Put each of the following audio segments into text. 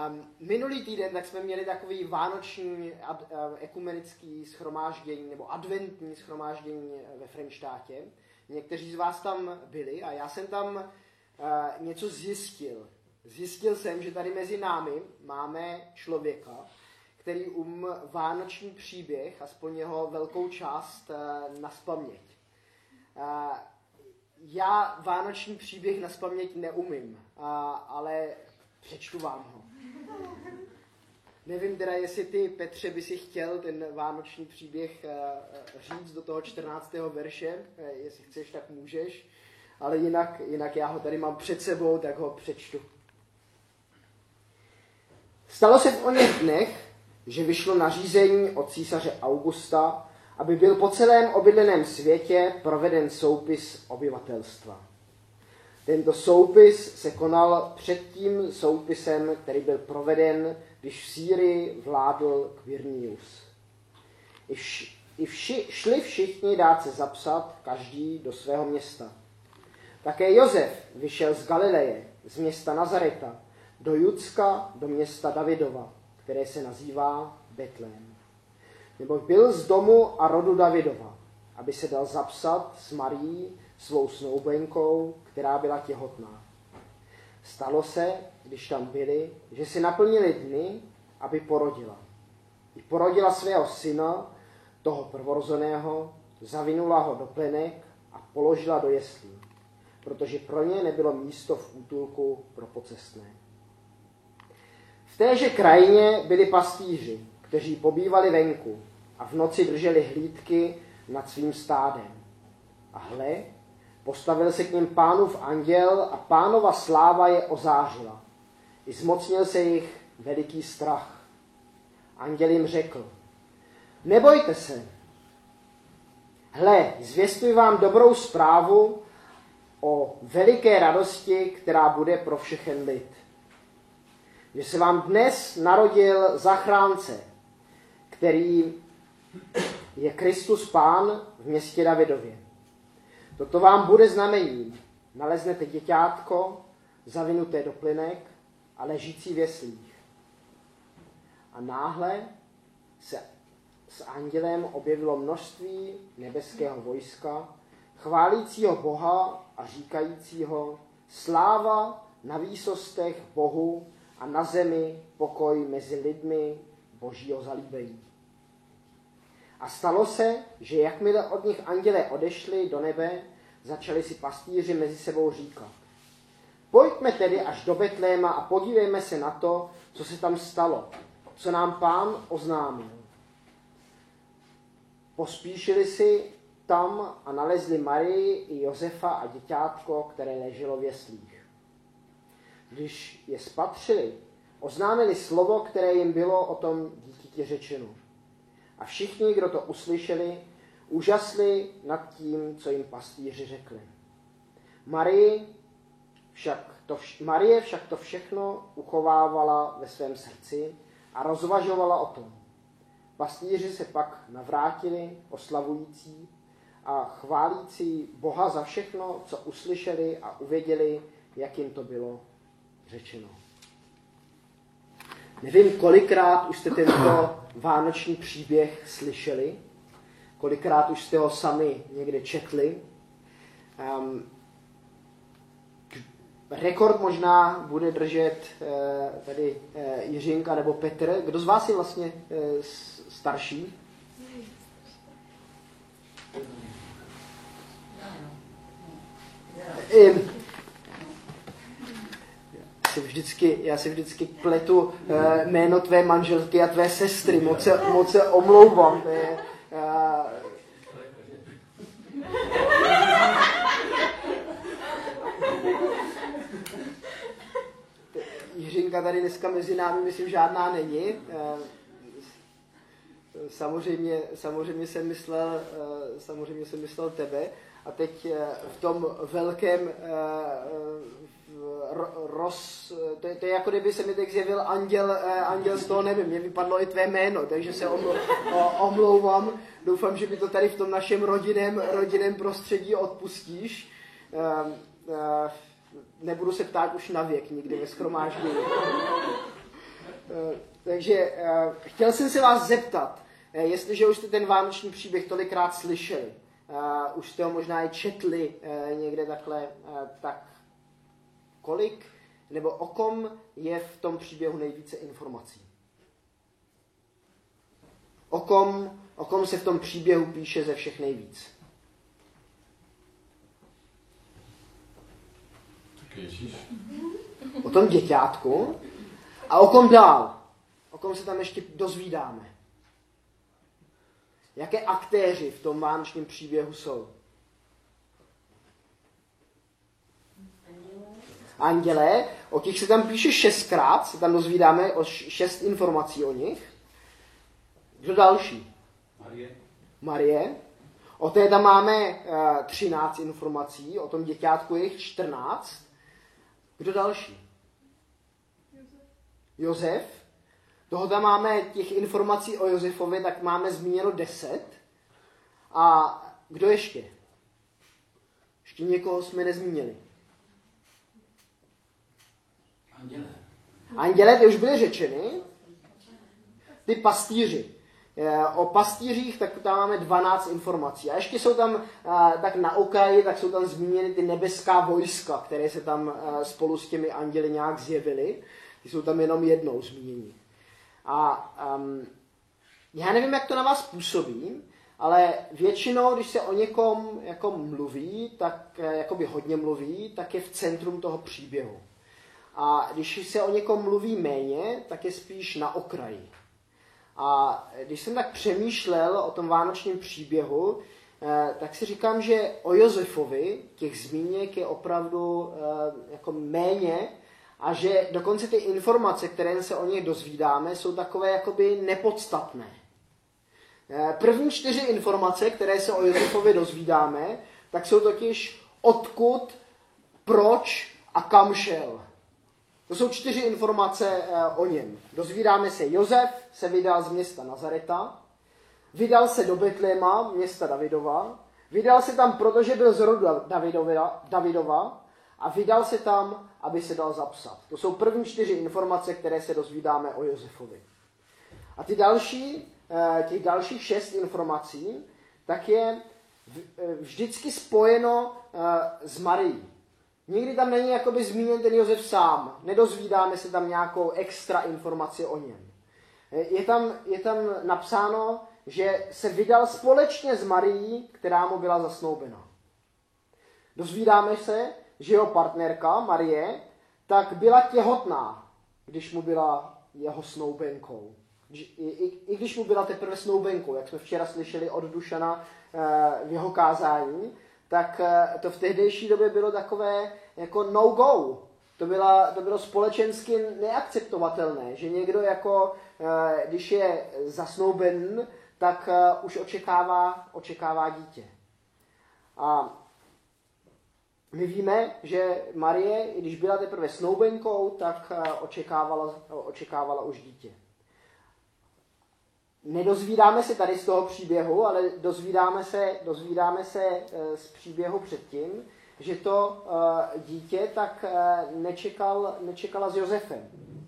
Minulý týden tak jsme měli takový vánoční ekumenický shromáždění nebo adventní shromáždění ve Frenštátě. Někteří z vás tam byli a já jsem tam něco zjistil. Zjistil jsem, že tady mezi námi máme člověka, který vánoční příběh, aspoň jeho velkou část, nazpaměť. Já vánoční příběh nazpaměť neumím, ale přečtu vám ho. Nevím teda, jestli ty, Petře, by si chtěl ten vánoční příběh říct do toho 14. verše, jestli chceš, tak můžeš, ale jinak já ho tady mám před sebou, tak ho přečtu. Stalo se v oněch dnech, že vyšlo nařízení od císaře Augusta, aby byl po celém obydleném světě proveden soupis obyvatelstva. Tento soupis se konal před tím soupisem, který byl proveden, když v Sýrii vládl Quirinius. Šli všichni dát se zapsat, každý do svého města. Také Josef vyšel z Galileje, z města Nazareta, do Judska, do města Davidova, které se nazývá Betlém. Neboť byl z domu a rodu Davidova, aby se dal zapsat s Marií, svou snoubenkou, která byla těhotná. Stalo se, když tam byli, že si naplnili dny, aby porodila. I porodila svého syna, toho prvorozeného, zavinula ho do plenek a položila do jeslí, protože pro ně nebylo místo v útulku pro pocestné. V téže krajině byli pastýři, kteří pobývali venku a v noci drželi hlídky nad svým stádem. A hle, postavil se k nim Pánův anděl a Pánova sláva je ozářila. I zmocnil se jich veliký strach. Anděl jim řekl, nebojte se. Hle, zvěstuji vám dobrou zprávu o veliké radosti, která bude pro všechen lid. Že se vám dnes narodil zachránce, který je Kristus Pán v městě Davidově. Toto vám bude znamením. Naleznete děťátko, zavinuté do plynek a ležící v jeslích. A náhle se s andělem objevilo množství nebeského vojska, chválícího Boha a říkajícího sláva na výsostech Bohu a na zemi pokoj mezi lidmi Božího zalíbení. A stalo se, že jakmile od nich andělé odešli do nebe, začali si pastýři mezi sebou říkat. Pojďme tedy až do Betléma a podívejme se na to, co se tam stalo, co nám Pán oznámil. Pospíšili si tam a nalezli Marii i Josefa a děťátko, které leželo v jeslích. Když je spatřili, oznámili slovo, které jim bylo o tom dítěti řečeno. A všichni, kdo to uslyšeli, úžasli nad tím, co jim pastýři řekli. Marie však to všechno uchovávala ve svém srdci a rozvažovala o tom. Pastýři se pak navrátili, oslavující a chválící Boha za všechno, co uslyšeli a uvěděli, jak jim to bylo řečeno. Nevím, kolikrát už jste tento vánoční příběh slyšeli, kolikrát už jste ho sami někde četli. Rekord možná bude držet tady Jiřinka nebo Petr. Kdo z vás je vlastně starší? Já si vždycky pletu jméno tvé manželky a tvé sestry. Moc se omlouvám. Jiřinka tady dneska mezi námi, myslím, žádná není. Samozřejmě jsem myslel tebe. A teď v tom velkém to je jako kdyby se mi teď zjevil anděl z toho nebe. Mně vypadlo i tvé jméno, takže se omlouvám. Doufám, že mi to tady v tom našem rodinném prostředí odpustíš. Nebudu se ptát už na věk nikdy ve shromáždění. Takže chtěl jsem se vás zeptat, jestliže už jste ten vánoční příběh tolikrát slyšeli, už jste ho možná i četli někde takhle, tak kolik nebo o kom je v tom příběhu nejvíce informací? O kom se v tom příběhu píše ze všech nejvíc? Tak Ježíš. O tom děťátku. A o kom dál? O kom se tam ještě dozvídáme? Jaké aktéři v tom vánočním příběhu jsou? Andělé, o těch se tam píše 6krát, se tam dozvídáme o 6 informací o nich. Kdo další? Marie. O té tam máme 13 informací, o tom děťátku je jich 14. Kdo další? Josef. Toho tam máme těch informací o Josefovi, tak máme zmíněno 10. A kdo ještě? Ještě někoho jsme nezmínili. Anděle, ty už byly řečeny. Ty pastýři. O pastýřích tak tam máme 12 informací. A ještě jsou tam tak na okraji, tak jsou tam zmíněny ty nebeská vojska, které se tam spolu s těmi anděli nějak zjevily. Ty jsou tam jenom jednou zmíněni. A já nevím, jak to na vás působí, ale většinou, když se o někom jako mluví, tak jakoby hodně mluví, tak je v centrum toho příběhu. A když se o někom mluví méně, tak je spíš na okraji. A když jsem tak přemýšlel o tom vánočním příběhu, tak si říkám, že o Josefovi těch zmínek je opravdu jako méně a že dokonce ty informace, které se o nich dozvídáme, jsou takové jakoby nepodstatné. První 4 informace, které se o Josefovi dozvídáme, tak jsou totiž odkud, proč a kam šel. To jsou 4 informace o něm. Dozvídáme se, Josef se vydal z města Nazareta, vydal se do Betléma, města Davidova, vydal se tam, protože byl z rodu Davidova a vydal se tam, aby se dal zapsat. To jsou první 4 informace, které se dozvídáme o Josefovi. A těch dalších 6 informací, tak je vždycky spojeno s Marií. Nikdy tam není jakoby zmíněn ten Josef sám. Nedozvídáme se tam nějakou extra informaci o něm. Je tam napsáno, že se vydal společně s Marií, která mu byla zasnoubena. Dozvídáme se, že jeho partnerka Marie tak byla těhotná, když mu byla jeho snoubenkou. I když mu byla teprve snoubenkou, jak jsme včera slyšeli od Dušana v jeho kázání, tak to v tehdejší době bylo takové jako no-go. To bylo společensky neakceptovatelné, že někdo jako, když je zasnouben, tak už očekává dítě. A my víme, že Marie, i když byla teprve snoubenkou, tak očekávala už dítě. Nedozvídáme se tady z toho příběhu, ale dozvídáme se z příběhu předtím, že to dítě tak nečekala s Josefem.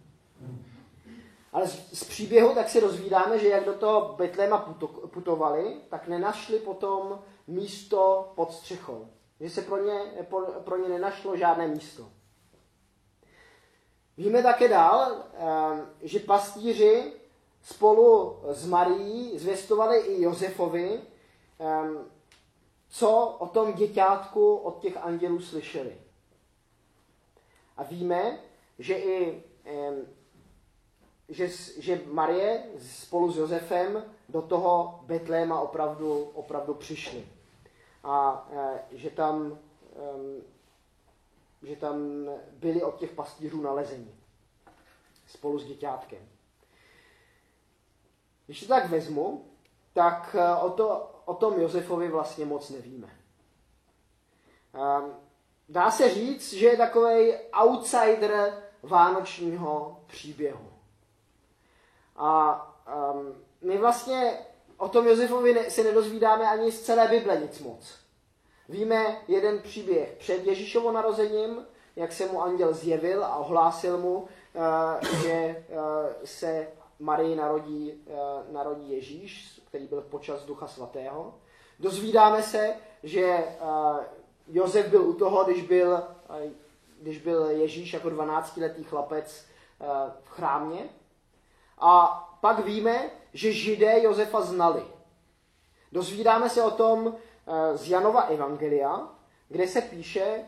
Ale z příběhu tak se dozvídáme, že jak do toho Betléma putovali, tak nenašli potom místo pod střechou. Že se pro ně nenašlo žádné místo. Víme také dál, že pastýři spolu s Marií zvěstovali i Josefovi, co o tom děťátku od těch andělů slyšeli. A víme, že Marie spolu s Josefem do toho Betléma opravdu přišli. A že tam byli od těch pastýřů nalezeni spolu s děťátkem. Když to tak vezmu, tak o tom Josefovi vlastně moc nevíme. Dá se říct, že je takovej outsider vánočního příběhu. A my vlastně o tom Josefovi se nedozvídáme ani z celé Bible nic moc. Víme jeden příběh před Ježíšovým narozením, jak se mu anděl zjevil a ohlásil mu, že se Marii narodí Ježíš, který byl počas Ducha Svatého. Dozvídáme se, že Josef byl u toho, když byl Ježíš jako 12letý chlapec v chrámě. A pak víme, že Židé Josefa znali. Dozvídáme se o tom z Janova evangelia, kde se píše,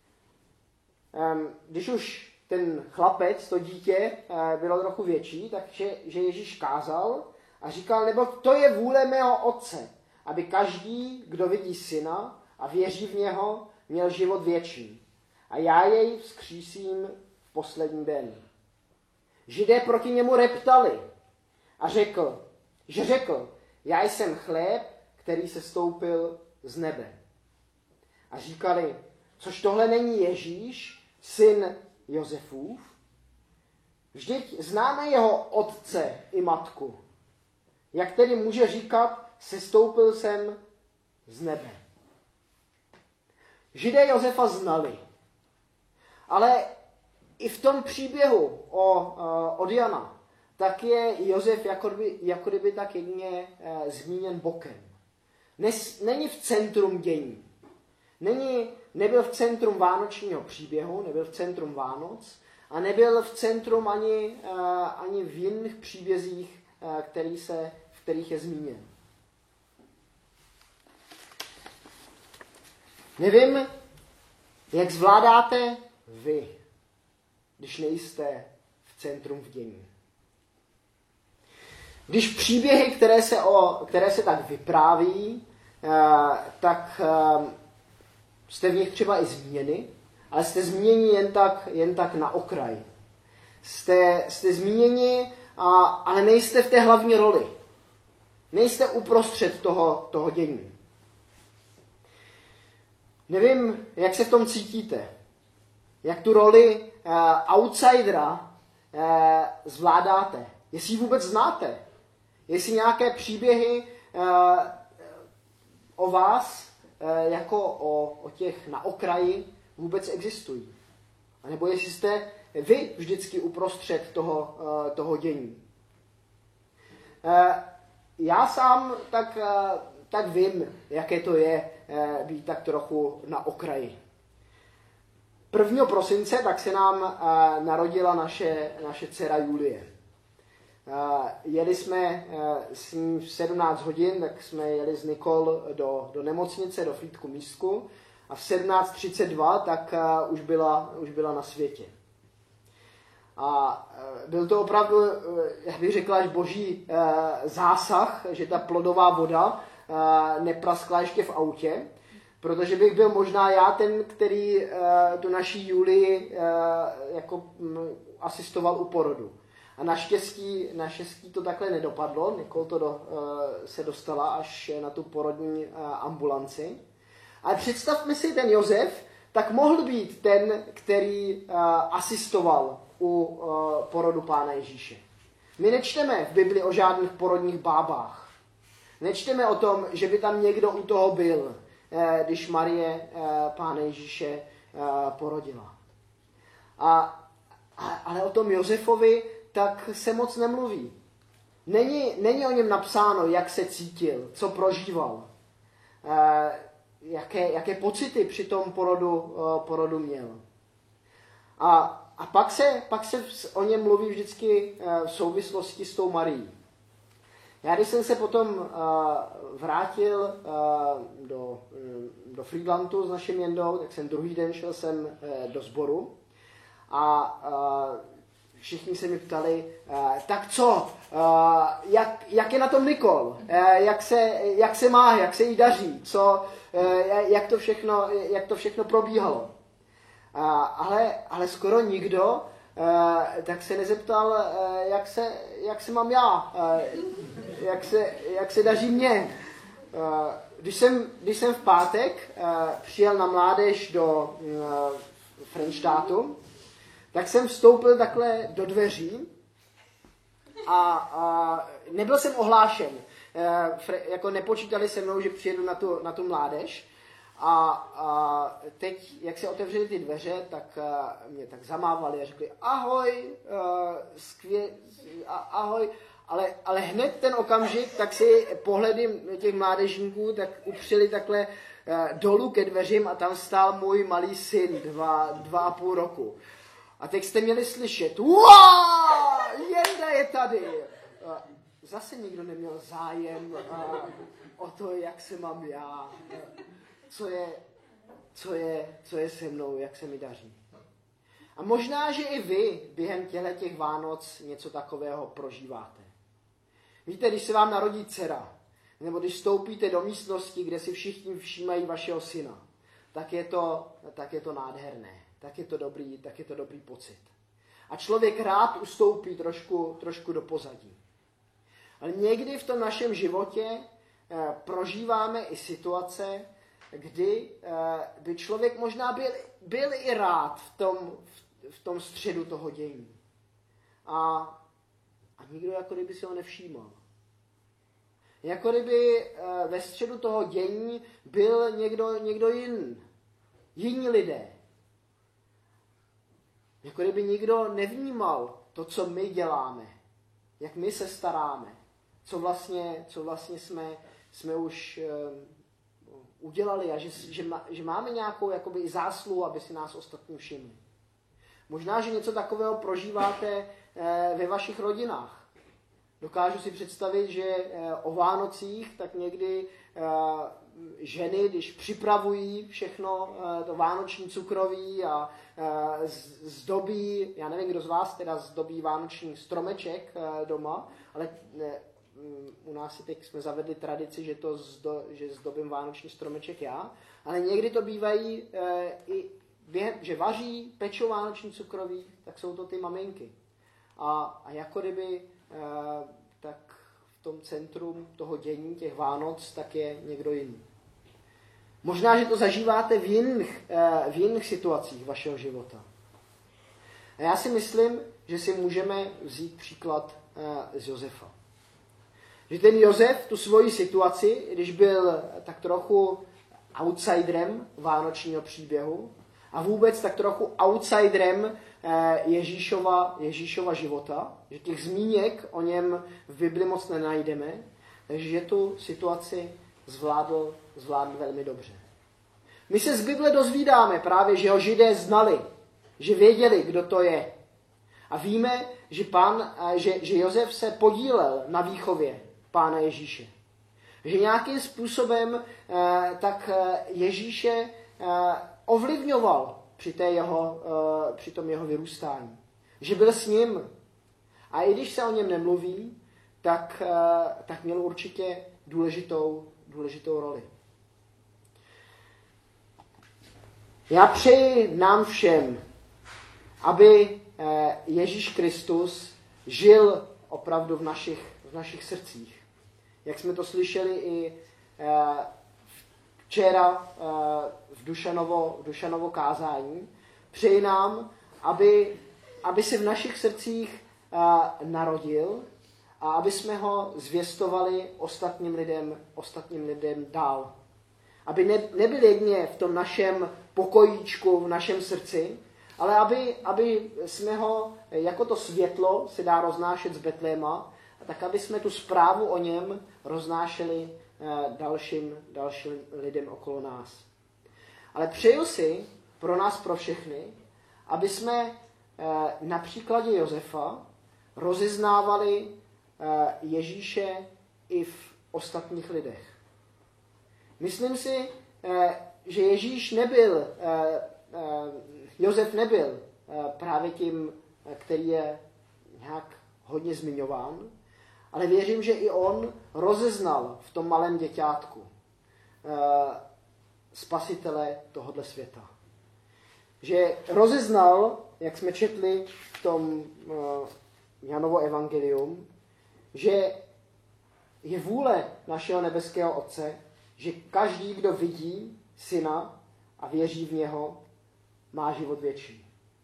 když už ten chlapec, to dítě, bylo trochu větší, takže že Ježíš kázal a říkal, nebo to je vůle mého otce, aby každý, kdo vidí syna a věří v něho, měl život věčný. A já jej vzkřísím v poslední den. Židé proti němu reptali a řekl, já jsem chléb, který se stoupil z nebe. A říkali, což tohle není Ježíš, syn Josefův? Vždyť známe jeho otce i matku. Jak tedy může říkat, sestoupil jsem z nebe? Židé Josefa znali. Ale i v tom příběhu od Jana, tak je Josef jako kdyby tak jedině zmíněn bokem. Není v centrum dění. Nebyl v centrum vánočního příběhu, nebyl v centrum Vánoc a nebyl v centrum ani v jiných příbězích, v kterých je zmíněn. Nevím, jak zvládáte vy, když nejste v centrum v dění. Když příběhy, které se tak vypráví, tak jste v nich třeba i zmíněni, ale jste zmíněni jen tak na okraji. Jste zmíněni, ale nejste v té hlavní roli. Nejste uprostřed toho dění. Nevím, jak se v tom cítíte. Jak tu roli outsidera zvládáte. Jestli ji vůbec znáte. Jestli nějaké příběhy o vás, jako o těch na okraji, vůbec existují. A nebo jestli jste vy vždycky uprostřed toho dění. Já sám tak vím, jaké to je být tak trochu na okraji. 1. prosince tak se nám narodila naše dcera Julie. Jeli jsme s ní v 17 hodin, tak jsme jeli s Nikol do nemocnice, do Frýdku Místku a v 17:32 tak už byla na světě. A byl to opravdu, jak bych řekla, až boží zásah, že ta plodová voda nepraskla ještě v autě, protože bych byl možná já ten, který tu naší Julii jako asistoval u porodu. A naštěstí to takhle nedopadlo. Nikol se dostala až na tu porodní ambulanci. Ale představme si, ten Josef tak mohl být ten, který asistoval u porodu Pána Ježíše. My nečteme v Bibli o žádných porodních bábách. Nečteme o tom, že by tam někdo u toho byl, když Marie Pána Ježíše porodila. Ale o tom Josefovi tak se moc nemluví. Není o něm napsáno, jak se cítil, co prožíval, jaké pocity při tom porodu měl. A pak se o něm mluví vždycky v souvislosti s tou Marií. Já když jsem se potom vrátil do Friedlandu s naším Jendou, tak jsem druhý den šel jsem do sboru a všichni se mi ptali, tak co, jak je na tom Nikol, jak se má, jak se jí daří, jak to všechno probíhalo. Ale skoro nikdo tak se nezeptal, jak se mám já, jak se daří mně. Když jsem v pátek přijel na mládež do Frenštátu, tak jsem vstoupil takhle do dveří a nebyl jsem ohlášen. Jako nepočítali se mnou, že přijedu na tu mládež. A teď, jak se otevřely ty dveře, tak mě tak zamávali a řekli ahoj, ahoj, ale hned ten okamžik, tak si pohledy těch mládežníků tak upřeli takhle dolů ke dveřím a tam stál můj malý syn, 2,5 roku. A teď jste měli slyšet, Jenda je tady. Zase nikdo neměl zájem o to, jak se mám já, co je se mnou, jak se mi daří. A možná, že i vy během těch Vánoc něco takového prožíváte. Víte, když se vám narodí dcera, nebo když vstoupíte do místnosti, kde si všichni všímají vašeho syna, tak je to nádherné, tak je to dobrý pocit. A člověk rád ustoupí trošku do pozadí. Ale někdy v tom našem životě prožíváme i situace, kdy by člověk možná byl i rád v tom středu toho dění. A nikdo jako kdyby si ho nevšímal. Jako kdyby ve středu toho dění byl někdo jiní lidé. Jako kdyby nikdo nevnímal to, co my děláme, jak my se staráme, co vlastně jsme už udělali a že máme nějakou jakoby i zásluhu, aby si nás ostatní všimli. Možná, že něco takového prožíváte ve vašich rodinách. Dokážu si představit, že o Vánocích tak někdy ženy, když připravují všechno to vánoční cukroví a zdobí, já nevím, kdo z vás teda zdobí vánoční stromeček doma, ale u nás si teď jsme zavedli tradici, že zdobím vánoční stromeček já, ale někdy to bývají i že vaří, pečou vánoční cukroví, tak jsou to ty maminky. A jako kdyby tak v tom centrum toho dění, těch Vánoc, tak je někdo jiný. Možná, že to zažíváte v jiných situacích vašeho života. A já si myslím, že si můžeme vzít příklad z Josefa. Že ten Josef tu svoji situaci, když byl tak trochu outsiderem vánočního příběhu a vůbec tak trochu outsiderem Ježíšova života, že těch zmíněk o něm v Bibli moc nenajdeme, takže tu situaci zvládl velmi dobře. My se z Bible dozvídáme právě, že ho Židé znali, že věděli, kdo to je. A víme, že Josef se podílel na výchově Pána Ježíše. Že nějakým způsobem tak Ježíše ovlivňoval při tom jeho vyrůstání. Že byl s ním. A i když se o něm nemluví, tak měl určitě důležitou roli. Já přeji nám všem, aby Ježíš Kristus žil opravdu v našich srdcích. Jak jsme to slyšeli i včera v Dušanovo kázání, přeji nám, aby se v našich srdcích narodil a aby jsme ho zvěstovali ostatním lidem dál. Aby nebyl jedně v tom našem pokojíčku, v našem srdci, ale aby jsme ho, jako to světlo se dá roznášet z Betléma, tak aby jsme tu zprávu o něm roznášeli dalším lidem okolo nás. Ale přeju si pro nás, pro všechny, aby jsme na příkladě Josefa rozeznávali Ježíše i v ostatních lidech. Myslím si, že Josef nebyl právě tím, který je nějak hodně zmiňován, ale věřím, že i on rozeznal v tom malém děťátku spasitele tohoto světa. Že rozeznal, jak jsme četli v tom Janovo evangelium, že je vůle našeho nebeského Otce, že každý, kdo vidí Syna a věří v něho, má život věčný.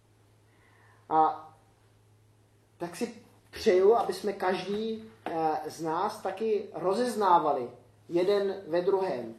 A tak si přeju, aby jsme každý z nás taky rozeznávali jeden ve druhém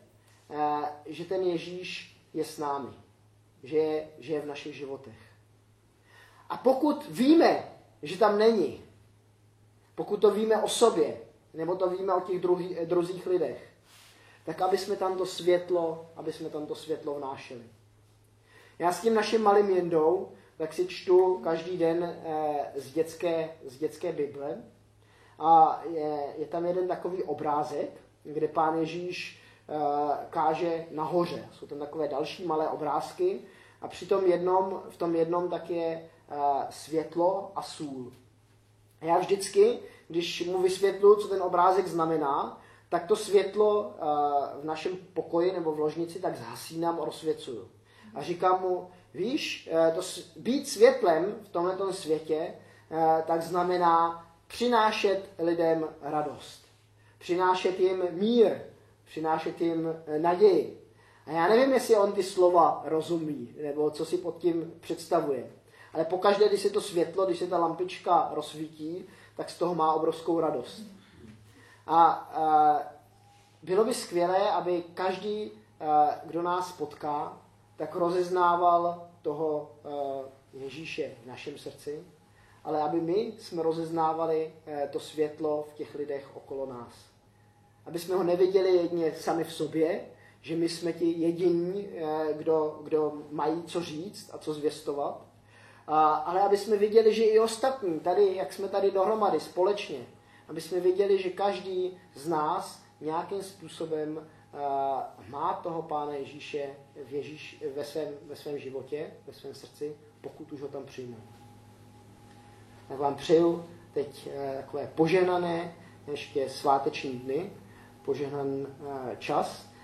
že ten Ježíš je s námi, že je v našich životech. A pokud víme, že tam není, pokud to víme o sobě, nebo to víme o těch druzích lidech, tak aby jsme tam to světlo vnášeli. Já s tím naším malým Jindou, tak si čtu každý den z dětské Bible a je tam jeden takový obrázek, kde Pán Ježíš káže nahoře. Jsou tam takové další malé obrázky a v tom jednom tak je světlo a sůl. A já vždycky, když mu vysvětluji, co ten obrázek znamená, tak to světlo v našem pokoji nebo v ložnici tak zhasínám a rozsvěcuju. A říkám mu, víš, být světlem v tomto světě, tak znamená přinášet lidem radost. Přinášet jim mír, přinášet jim naději. A já nevím, jestli on ty slova rozumí, nebo co si pod tím představuje. Ale pokaždé, když se to světlo, když se ta lampička rozsvítí, tak z toho má obrovskou radost. A bylo by skvělé, aby každý, kdo nás potká, tak rozeznával toho Ježíše v našem srdci, ale aby my jsme rozeznávali to světlo v těch lidech okolo nás. Aby jsme ho neviděli jedině sami v sobě, že my jsme ti jediní, kdo mají co říct a co zvěstovat, ale aby jsme viděli, že i ostatní, tady, jak jsme tady dohromady společně, aby jsme viděli, že každý z nás nějakým způsobem má toho Pána Ježíše ve svém životě, ve svém srdci, pokud už ho tam přijmou. Tak vám přeju teď takové požehnané ještě sváteční dny, požehnaný čas